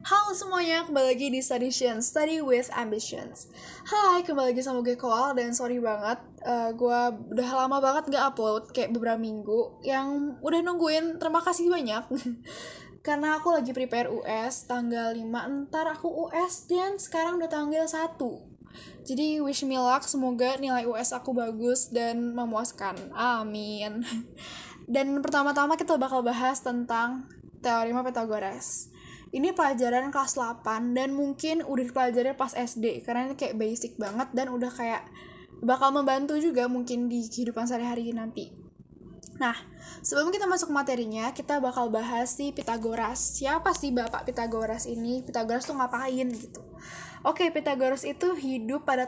Halo semuanya, kembali lagi di Studition, Study with Ambitions. Hai, kembali lagi sama gue Koal, dan sorry banget, gue udah lama banget gak upload, kayak beberapa minggu, yang udah nungguin, terima kasih banyak. Karena aku lagi prepare US, tanggal 5, ntar aku US, dan sekarang udah tanggal 1. Jadi wish me luck, semoga nilai US aku bagus dan memuaskan, amin. Dan pertama-tama kita bakal bahas tentang teorema Pythagoras. Ini pelajaran kelas 8 dan mungkin udah dipelajari pas SD karena ini kayak basic banget dan udah kayak bakal membantu juga mungkin di kehidupan sehari-hari nanti. Nah, sebelum kita masuk ke materinya, kita bakal bahas si Pythagoras. Siapa sih Bapak Pythagoras ini? Pythagoras tuh ngapain gitu? Oke, Pythagoras itu hidup pada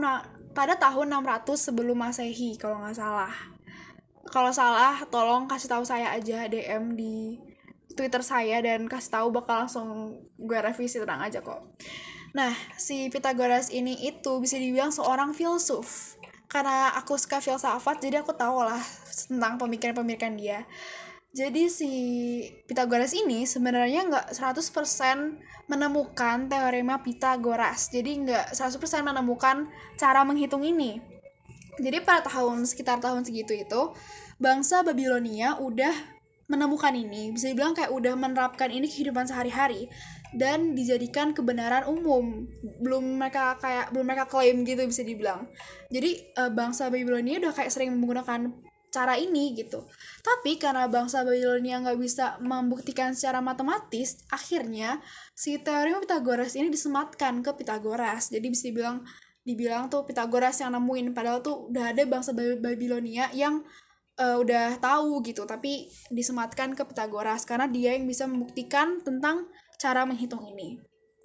tahun 600 sebelum Masehi kalau nggak salah. Kalau salah, tolong kasih tahu saya aja DM di Twitter saya dan kasih tahu bakal langsung gue revisi, tenang aja kok. Nah, si Pythagoras ini itu bisa dibilang seorang filsuf. Karena aku suka filsafat, jadi aku tahu lah tentang pemikiran-pemikiran dia. Jadi si Pythagoras ini sebenarnya nggak 100% menemukan teorema Pythagoras. Jadi nggak 100% menemukan cara menghitung ini. Jadi pada sekitar tahun segitu itu, bangsa Babilonia udah menemukan ini, bisa dibilang kayak udah menerapkan ini kehidupan sehari-hari dan dijadikan kebenaran umum. Belum mereka klaim gitu bisa dibilang. Jadi bangsa Babilonia udah kayak sering menggunakan cara ini gitu. Tapi karena bangsa Babilonia nggak bisa membuktikan secara matematis, akhirnya si teorema Pythagoras ini disematkan ke Pythagoras. Jadi bisa dibilang tuh Pythagoras yang nemuin, padahal tuh udah ada bangsa Babilonia yang udah tahu gitu, tapi disematkan ke Pythagoras karena dia yang bisa membuktikan tentang cara menghitung ini.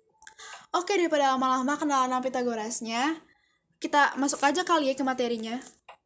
Oke, daripada lama-lama kenalan Pythagorasnya, kita masuk aja kali ya ke materinya.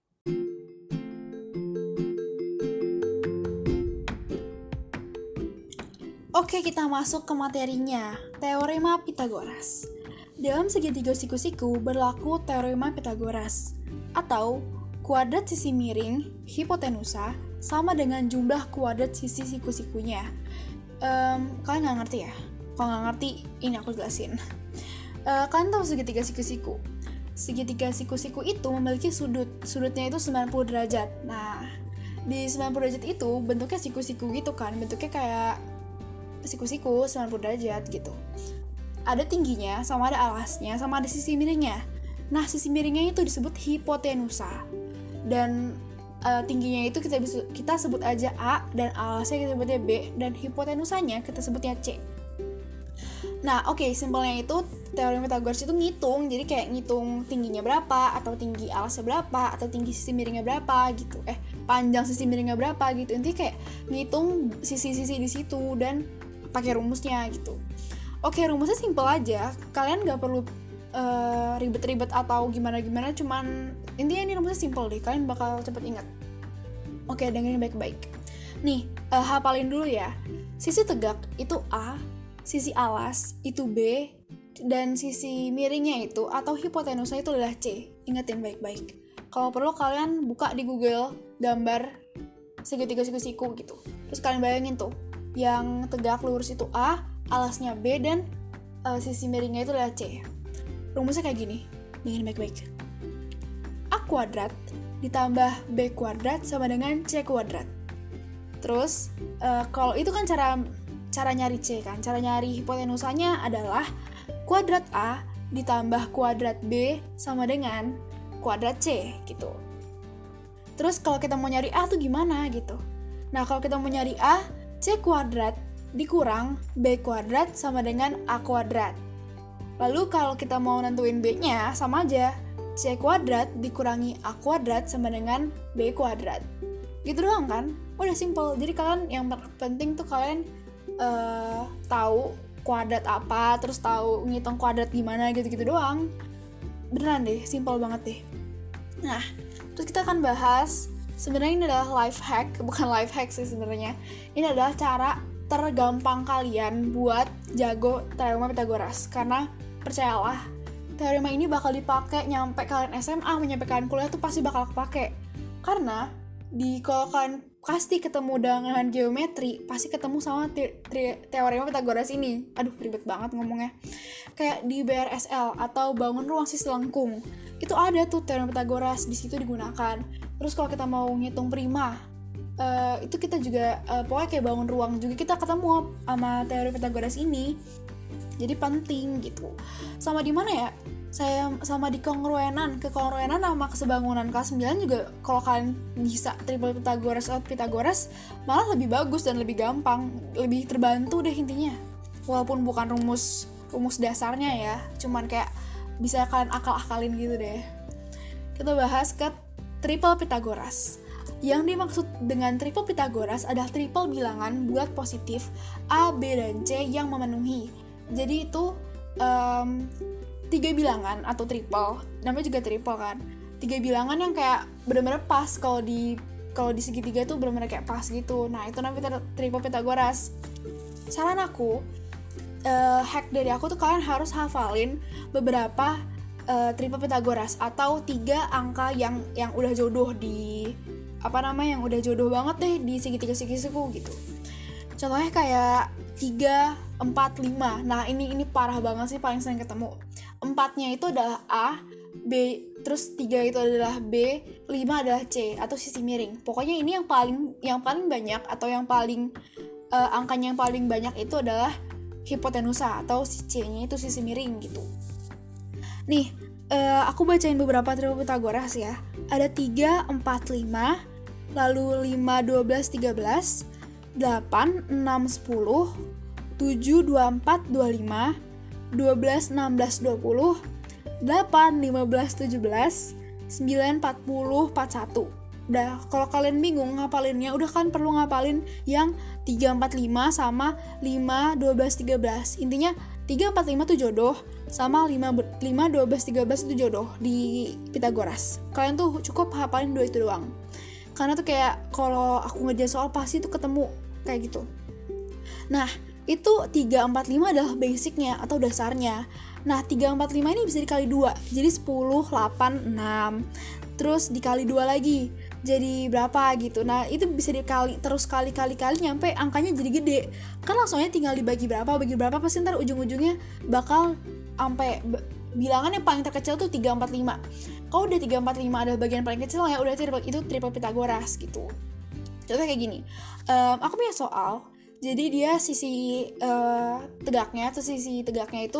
Oke, kita masuk ke materinya, teorema Pythagoras. Dalam segitiga siku-siku berlaku teorema Pythagoras, atau kuadrat sisi miring hipotenusa sama dengan jumlah kuadrat sisi siku-sikunya. Kalian nggak ngerti ya? Kalau nggak ngerti, ini aku jelasin. Kalian tahu segitiga siku-siku? Segitiga siku-siku itu memiliki sudutnya itu 90 derajat. Nah, di 90 derajat itu bentuknya siku-siku gitu kan, bentuknya kayak siku-siku 90 derajat gitu. Ada tingginya, sama ada alasnya, sama ada sisi miringnya. Nah, sisi miringnya itu disebut hipotenusa. Dan tingginya itu kita sebut aja A, dan alasnya kita sebutnya B, dan hipotenusanya kita sebutnya C. Nah, oke, simpelnya itu teorema Pythagoras itu ngitung, jadi kayak ngitung tingginya berapa, atau tinggi alasnya berapa, atau tinggi sisi miringnya berapa gitu. Panjang sisi miringnya berapa gitu. Intinya kayak ngitung sisi-sisi di situ dan pakai rumusnya gitu. Oke, rumusnya simpel aja. Kalian nggak perlu ribet-ribet atau gimana-gimana, cuman intinya ini rumusnya simple deh, kalian bakal cepet ingat. Oke, dengerin baik-baik. Nih, hafalin dulu ya. Sisi tegak itu A, sisi alas itu B, dan sisi miringnya itu atau hipotenusa itu adalah C. Ingetin baik-baik. Kalau perlu kalian buka di Google gambar segitiga siku-siku gitu. Terus kalian bayangin tuh, yang tegak lurus itu A, alasnya B, dan sisi miringnya itu adalah C. Rumusnya kayak gini, dengerin baik-baik. A kuadrat ditambah B kuadrat sama dengan C kuadrat. Terus, kalau itu kan cara nyari C kan. Cara nyari hipotenusanya adalah kuadrat A ditambah kuadrat B sama dengan kuadrat C gitu. Terus kalau kita mau nyari A tuh gimana gitu. Nah, kalau kita mau nyari A, C kuadrat dikurang B kuadrat sama dengan A kuadrat. Lalu kalau kita mau nentuin B-nya, sama aja. C kuadrat dikurangi A kuadrat sama dengan B kuadrat. Gitu doang kan? Udah simple. Jadi kalian yang penting tuh kalian tahu kuadrat apa, terus tahu ngitung kuadrat gimana gitu-gitu doang. Beneran deh, simple banget deh. Nah, terus kita akan bahas, sebenarnya ini adalah life hack, bukan life hack sih sebenarnya. Ini adalah cara tergampang kalian buat jago teorema Pythagoras, karena percayalah, teorema ini bakal dipakai nyampe kalian SMA, nyampe kalian kuliah tuh pasti bakal kepake. Karena kalau kalian pasti ketemu dengan geometri, pasti ketemu sama teorema Pythagoras ini. Aduh, ribet banget ngomongnya. Kayak di BRSL atau bangun ruang sisi lengkung, itu ada tuh teorema Pythagoras, di situ digunakan. Terus kalau kita mau ngitung prima, itu kita juga pokoknya kayak bangun ruang juga kita ketemu sama teori Pythagoras ini. Jadi penting gitu. Sama di mana ya? Saya sama di kekongruenan sama kesebangunan kelas 9 juga kalau kalian bisa triple Pythagoras atau Pythagoras malah lebih bagus dan lebih gampang, lebih terbantu deh intinya. Walaupun bukan rumus dasarnya ya, cuman kayak bisa kalian akal-akalin gitu deh. Kita bahas ke triple Pythagoras. Yang dimaksud dengan triple Pythagoras adalah triple bilangan bulat positif A, B, dan C yang memenuhi. Jadi itu 3 bilangan atau triple, namanya juga triple kan. 3 bilangan yang kayak benar-benar pas, kalau di segitiga tuh benar-benar kayak pas gitu. Nah, itu namanya triple Pythagoras. Saran aku, hack dari aku tuh kalian harus hafalin beberapa triple Pythagoras atau 3 angka yang udah jodoh di yang udah jodoh banget deh di segitiga-segitigaku gitu. Contohnya kayak 3, 4, 5. Nah, ini parah banget sih, paling sering ketemu. 4-nya itu adalah A, B, terus 3 itu adalah B, 5 adalah C atau sisi miring. Pokoknya ini yang paling banyak atau yang paling angkanya yang paling banyak itu adalah hipotenusa atau si C-nya itu sisi miring gitu. Nih, aku bacain beberapa triple Pythagoras ya. Ada 3, 4, 5, lalu 5, 12, 13, 8, 6, 10, 7, 24, 25, 12, 16, 20, 8, 15, 17, 9, 40, 41. Udah, kalau kalian bingung ngapalinnya, udah kan perlu ngapalin yang 3, 4, 5 sama 5, 12, 13. Intinya 3, 4, 5 tuh jodoh, sama 5, 12, 13 itu jodoh di Pythagoras. Kalian tuh cukup hafalin 2 itu doang. Karena tuh kayak kalau aku ngerjain soal pasti tuh ketemu kayak gitu. Nah, itu 3, 4, 5 adalah basicnya atau dasarnya. Nah, 3, 4, 5 ini bisa dikali 2. Jadi 10, 8, 6. Terus dikali 2 lagi. Jadi berapa gitu. Nah, itu bisa dikali terus kali nyampe angkanya jadi gede. Kan langsungnya tinggal dibagi berapa pasti ntar ujung-ujungnya bakal sampai bilangan yang paling terkecil tuh 3, 4, 5. Kalau udah 3, 4, 5 adalah bagian paling kecil ya udah itu triple Pythagoras gitu. Contohnya kayak gini. Aku punya soal. Jadi dia sisi tegaknya itu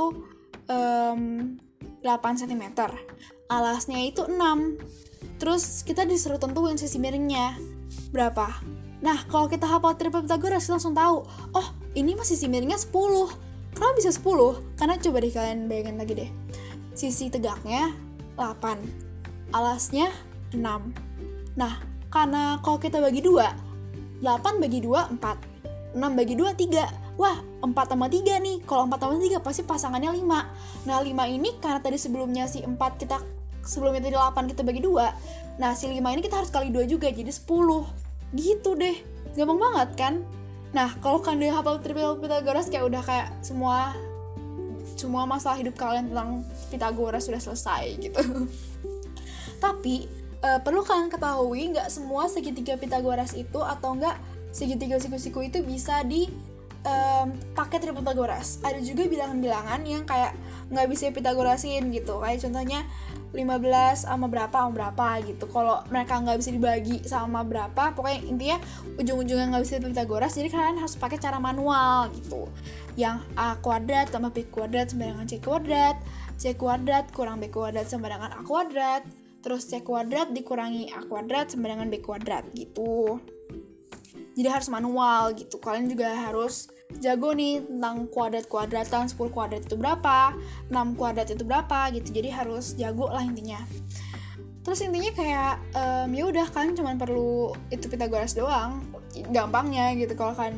8 cm. Alasnya itu 6. Terus kita disuruh tentuin sisi miringnya berapa. Nah, kalau kita hafal triple Pythagoras kita langsung tahu, oh, ini mah sisi miringnya 10. Kenapa bisa 10? Karena coba deh kalian bayangin lagi deh. Sisi tegaknya 8. Alasnya 6. Nah, karena kalau kita bagi 2, 8 bagi 2, 4. 6 bagi 2, 3. Wah, 4 sama 3 nih. Kalau 4 sama 3 pasti pasangannya 5. Nah, 5 ini karena tadi sebelumnya si 4 sebelumnya tadi 8 kita bagi 2. Nah, si 5 ini kita harus kali 2 juga, jadi 10. Gitu deh. Gampang banget kan? Nah, kalau kalian udah hafal triple Pythagoras kayak udah kayak semua masalah hidup kalian tentang Pythagoras sudah selesai gitu. Tapi, perlu kalian ketahui nggak semua segitiga Pythagoras itu atau nggak segitiga siku-siku itu bisa pakai triple Pythagoras. Ada juga bilangan-bilangan yang kayak nggak bisa Pythagorasin gitu. Kayak contohnya 15 sama berapa gitu. Kalau mereka nggak bisa dibagi sama berapa, pokoknya intinya ujung-ujungnya nggak bisa Pythagoras, jadi kalian harus pakai cara manual gitu. Yang A kuadrat tambah B kuadrat sama dengan C kuadrat, C kuadrat kurang B kuadrat sama dengan A kuadrat, terus C kuadrat dikurangi A kuadrat sama dengan B kuadrat gitu. Jadi harus manual gitu. Kalian juga harus jago nih tentang kuadrat-kuadratan, 10 kuadrat itu berapa, 6 kuadrat itu berapa gitu. Jadi harus jago lah intinya. Terus intinya kayak ya udah, kalian cuma perlu itu Pythagoras doang. Gampangnya gitu kalau kalian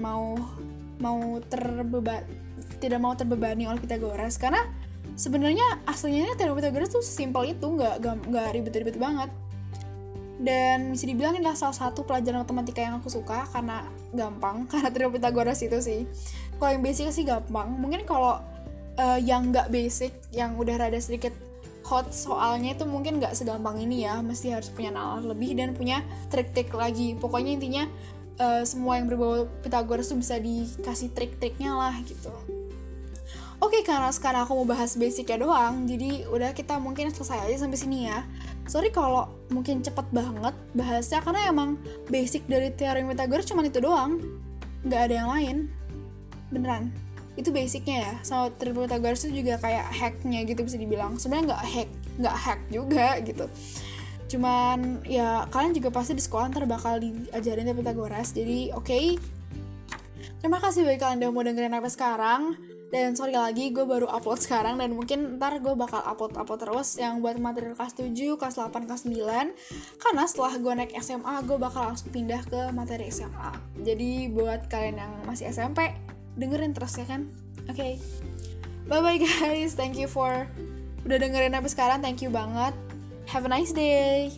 tidak mau terbebani oleh Pythagoras, karena sebenarnya aslinya teorema Pythagoras tuh sesimpel itu, nggak ribet-ribet banget. Dan bisa dibilang ini adalah salah satu pelajaran matematika yang aku suka karena gampang, karena triple Pythagoras itu sih. Kalau yang basic sih gampang. Mungkin kalau yang nggak basic, yang udah rada sedikit hot soalnya itu mungkin nggak segampang ini ya. Mesti harus punya nalar lebih dan punya trik-trik lagi. Pokoknya intinya semua yang berbau Pythagoras tuh bisa dikasih trik-triknya lah gitu. Oke, karena sekarang aku mau bahas basicnya doang, jadi udah kita mungkin selesai aja sampai sini ya. Sorry kalau mungkin cepet banget bahasnya, karena emang basic dari teorem Pythagoras cuma itu doang, nggak ada yang lain, beneran. Itu basicnya ya. Sama teorem Pythagoras itu juga kayak hacknya gitu bisa dibilang. Sebenarnya nggak hack juga gitu. Cuman ya kalian juga pasti di sekolah ntar bakal diajarin teorem Pythagoras. Jadi oke. Terima kasih bagi kalian yang mau dengerin sampai sekarang. Dan sorry lagi, gue baru upload sekarang dan mungkin ntar gue bakal upload terus yang buat materi kelas 7, kelas 8, kelas 9. Karena setelah gue naik SMA, gue bakal langsung pindah ke materi SMA. Jadi buat kalian yang masih SMP, dengerin terus ya kan? Oke. Bye-bye guys, thank you for udah dengerin sampai sekarang, thank you banget. Have a nice day.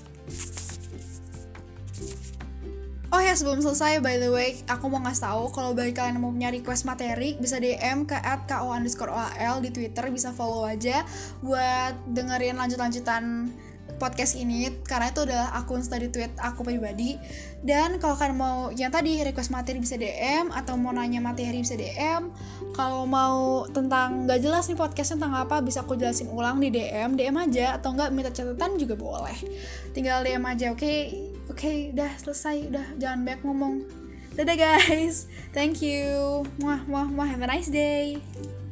Oh ya, sebelum selesai, by the way, aku mau ngasih tahu kalau bagi kalian yang mau punya request materi, bisa DM ke @ko_oal di Twitter, bisa follow aja buat dengerin lanjut-lanjutan podcast ini, karena itu adalah akun study tweet aku pribadi. Dan kalau kalian mau yang tadi request materi bisa DM, atau mau nanya materi bisa DM. Kalau mau tentang gak jelas nih podcastnya tentang apa, bisa aku jelasin ulang di DM aja, atau enggak minta catatan juga boleh. Tinggal DM aja, oke? Oke, udah selesai, udah jangan banyak ngomong. Dadah guys, thank you. Have a nice day.